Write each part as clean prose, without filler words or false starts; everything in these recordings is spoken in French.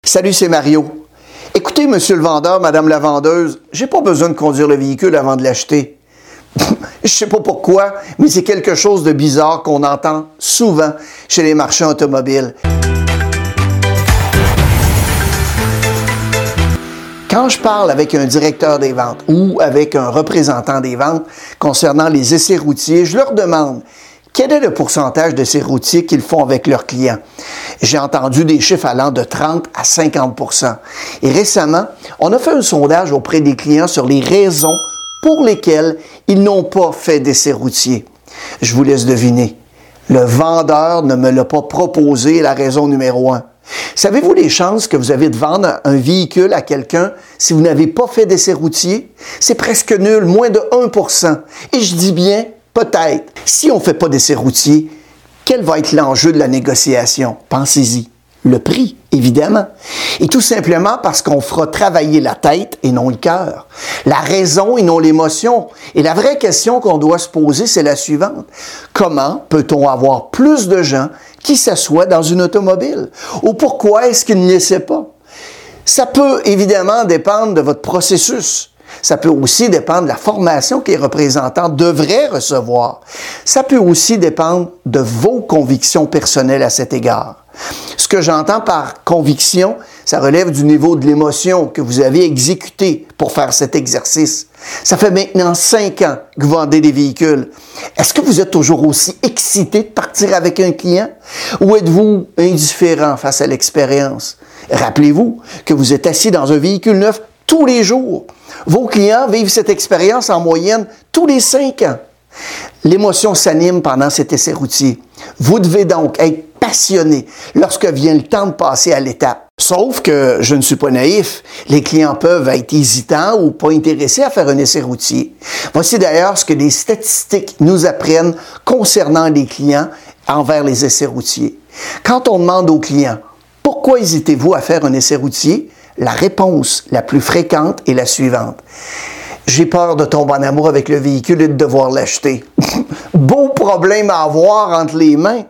Salut, c'est Mario. Écoutez, monsieur le vendeur, madame la vendeuse, j'ai pas besoin de conduire le véhicule avant de l'acheter. Je sais pas pourquoi, mais c'est quelque chose de bizarre qu'on entend souvent chez les marchands automobiles. Quand je parle avec un directeur des ventes ou avec un représentant des ventes concernant les essais routiers, je leur demande quel est le pourcentage d'essais routiers qu'ils font avec leurs clients. J'ai entendu des chiffres allant de 30 à 50 %. Et récemment, on a fait un sondage auprès des clients sur les raisons pour lesquelles ils n'ont pas fait d'essais routiers. Je vous laisse deviner. Le vendeur ne me l'a pas proposé, la raison numéro 1. Savez-vous les chances que vous avez de vendre un véhicule à quelqu'un si vous n'avez pas fait d'essai routier? C'est presque nul, moins de 1 %. Et je dis bien, peut-être. Si on ne fait pas d'essai routier, quel va être l'enjeu de la négociation? Pensez-y. Le prix, évidemment. Et tout simplement parce qu'on fera travailler la tête et non le cœur. La raison et non l'émotion. Et la vraie question qu'on doit se poser, c'est la suivante. Comment peut-on avoir plus de gens qui s'assoient dans une automobile? Ou pourquoi est-ce qu'ils ne l'essaient pas? Ça peut évidemment dépendre de votre processus. Ça peut aussi dépendre de la formation que les représentants devraient recevoir. Ça peut aussi dépendre de vos convictions personnelles à cet égard. Ce que j'entends par conviction, ça relève du niveau de l'émotion que vous avez exécuté pour faire cet exercice. Ça fait maintenant 5 ans que vous vendez des véhicules. Est-ce que vous êtes toujours aussi excité de partir avec un client? Ou êtes-vous indifférent face à l'expérience? Rappelez-vous que vous êtes assis dans un véhicule neuf tous les jours. Vos clients vivent cette expérience en moyenne tous les 5 ans. L'émotion s'anime pendant cet essai routier. Vous devez donc être passionné lorsque vient le temps de passer à l'étape. Sauf que je ne suis pas naïf. Les clients peuvent être hésitants ou pas intéressés à faire un essai routier. Voici d'ailleurs ce que les statistiques nous apprennent concernant les clients envers les essais routiers. Quand on demande aux clients « Pourquoi hésitez-vous à faire un essai routier ?» La réponse la plus fréquente est la suivante. J'ai peur de tomber en amour avec le véhicule et de devoir l'acheter. Beau problème à avoir entre les mains.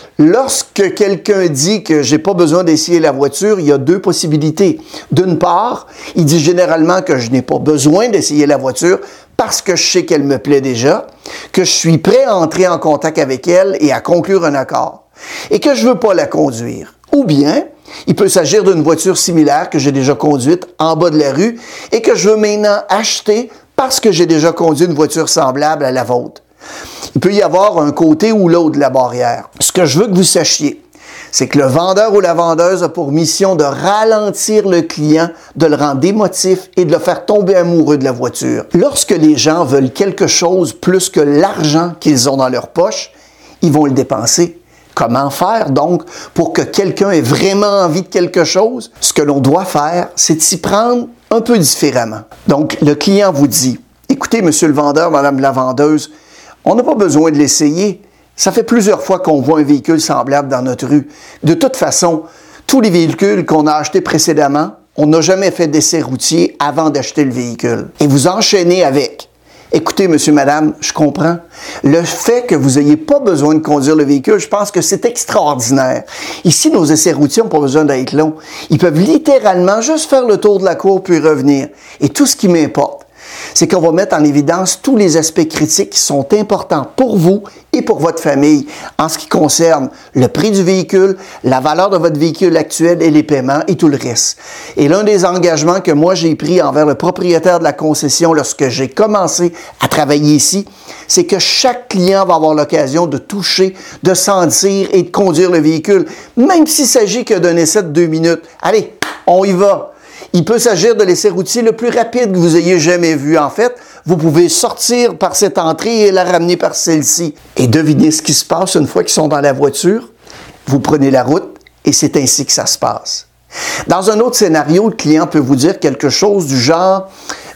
Lorsque quelqu'un dit que j'ai pas besoin d'essayer la voiture, il y a 2 possibilités. D'une part, il dit généralement que je n'ai pas besoin d'essayer la voiture parce que je sais qu'elle me plaît déjà, que je suis prêt à entrer en contact avec elle et à conclure un accord, et que je veux pas la conduire. Ou bien, il peut s'agir d'une voiture similaire que j'ai déjà conduite en bas de la rue et que je veux maintenant acheter parce que j'ai déjà conduit une voiture semblable à la vôtre. Il peut y avoir un côté ou l'autre de la barrière. Ce que je veux que vous sachiez, c'est que le vendeur ou la vendeuse a pour mission de ralentir le client, de le rendre émotif et de le faire tomber amoureux de la voiture. Lorsque les gens veulent quelque chose plus que l'argent qu'ils ont dans leur poche, ils vont le dépenser. Comment faire donc pour que quelqu'un ait vraiment envie de quelque chose? Ce que l'on doit faire, c'est de s'y prendre un peu différemment. Donc, le client vous dit, écoutez, monsieur le vendeur, madame la vendeuse, on n'a pas besoin de l'essayer. Ça fait plusieurs fois qu'on voit un véhicule semblable dans notre rue. De toute façon, tous les véhicules qu'on a achetés précédemment, on n'a jamais fait d'essai routier avant d'acheter le véhicule. Et vous enchaînez avec. Écoutez, monsieur, madame, je comprends. Le fait que vous n'ayez pas besoin de conduire le véhicule, je pense que c'est extraordinaire. Ici, nos essais routiers n'ont pas besoin d'être longs. Ils peuvent littéralement juste faire le tour de la cour puis revenir. Et tout ce qui m'importe, c'est qu'on va mettre en évidence tous les aspects critiques qui sont importants pour vous et pour votre famille en ce qui concerne le prix du véhicule, la valeur de votre véhicule actuel et les paiements et tout le reste. Et l'un des engagements que moi j'ai pris envers le propriétaire de la concession lorsque j'ai commencé à travailler ici, c'est que chaque client va avoir l'occasion de toucher, de sentir et de conduire le véhicule, même s'il s'agit que d'un essai de 2 minutes. Allez, on y va! Il peut s'agir de l'essai routier le plus rapide que vous ayez jamais vu. En fait, vous pouvez sortir par cette entrée et la ramener par celle-ci. Et devinez ce qui se passe une fois qu'ils sont dans la voiture. Vous prenez la route et c'est ainsi que ça se passe. Dans un autre scénario, le client peut vous dire quelque chose du genre «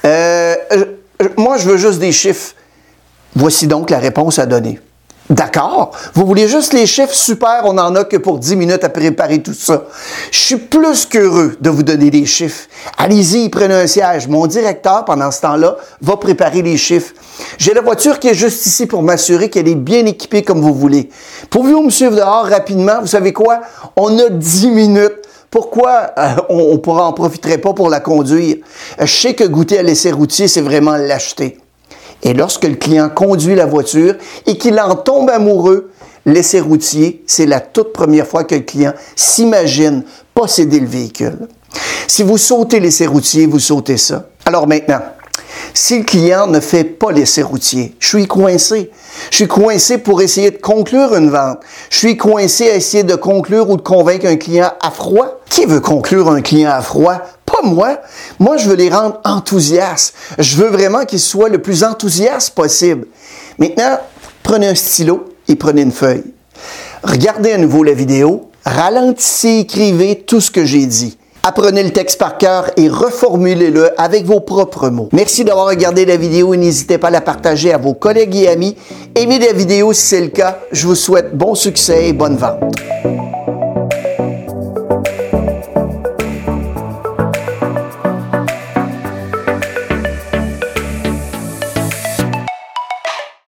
Moi, je veux juste des chiffres. » Voici donc la réponse à donner. D'accord, vous voulez juste les chiffres, super, on n'en a que pour 10 minutes à préparer tout ça. Je suis plus qu'heureux de vous donner les chiffres. Allez-y, prenez un siège. Mon directeur, pendant ce temps-là, va préparer les chiffres. J'ai la voiture qui est juste ici pour m'assurer qu'elle est bien équipée comme vous voulez. Pouvez-vous me suivre dehors rapidement? Vous savez quoi? On a 10 minutes pourquoi on ne en profiterait pas pour la conduire? Je sais que goûter à l'essai routier, c'est vraiment l'acheter. Et lorsque le client conduit la voiture et qu'il en tombe amoureux, l'essai routier, c'est la toute première fois que le client s'imagine posséder le véhicule. Si vous sautez l'essai routier, vous sautez ça. Alors maintenant, si le client ne fait pas l'essai routier, je suis coincé. Je suis coincé pour essayer de conclure une vente. Je suis coincé à essayer de conclure ou de convaincre un client à froid. Qui veut conclure un client à froid? Pas moi. Moi, je veux les rendre enthousiastes. Je veux vraiment qu'ils soient le plus enthousiastes possible. Maintenant, prenez un stylo et prenez une feuille. Regardez à nouveau la vidéo, ralentissez, écrivez tout ce que j'ai dit. Apprenez le texte par cœur et reformulez-le avec vos propres mots. Merci d'avoir regardé la vidéo et n'hésitez pas à la partager à vos collègues et amis. Aimez la vidéo si c'est le cas. Je vous souhaite bon succès et bonne vente.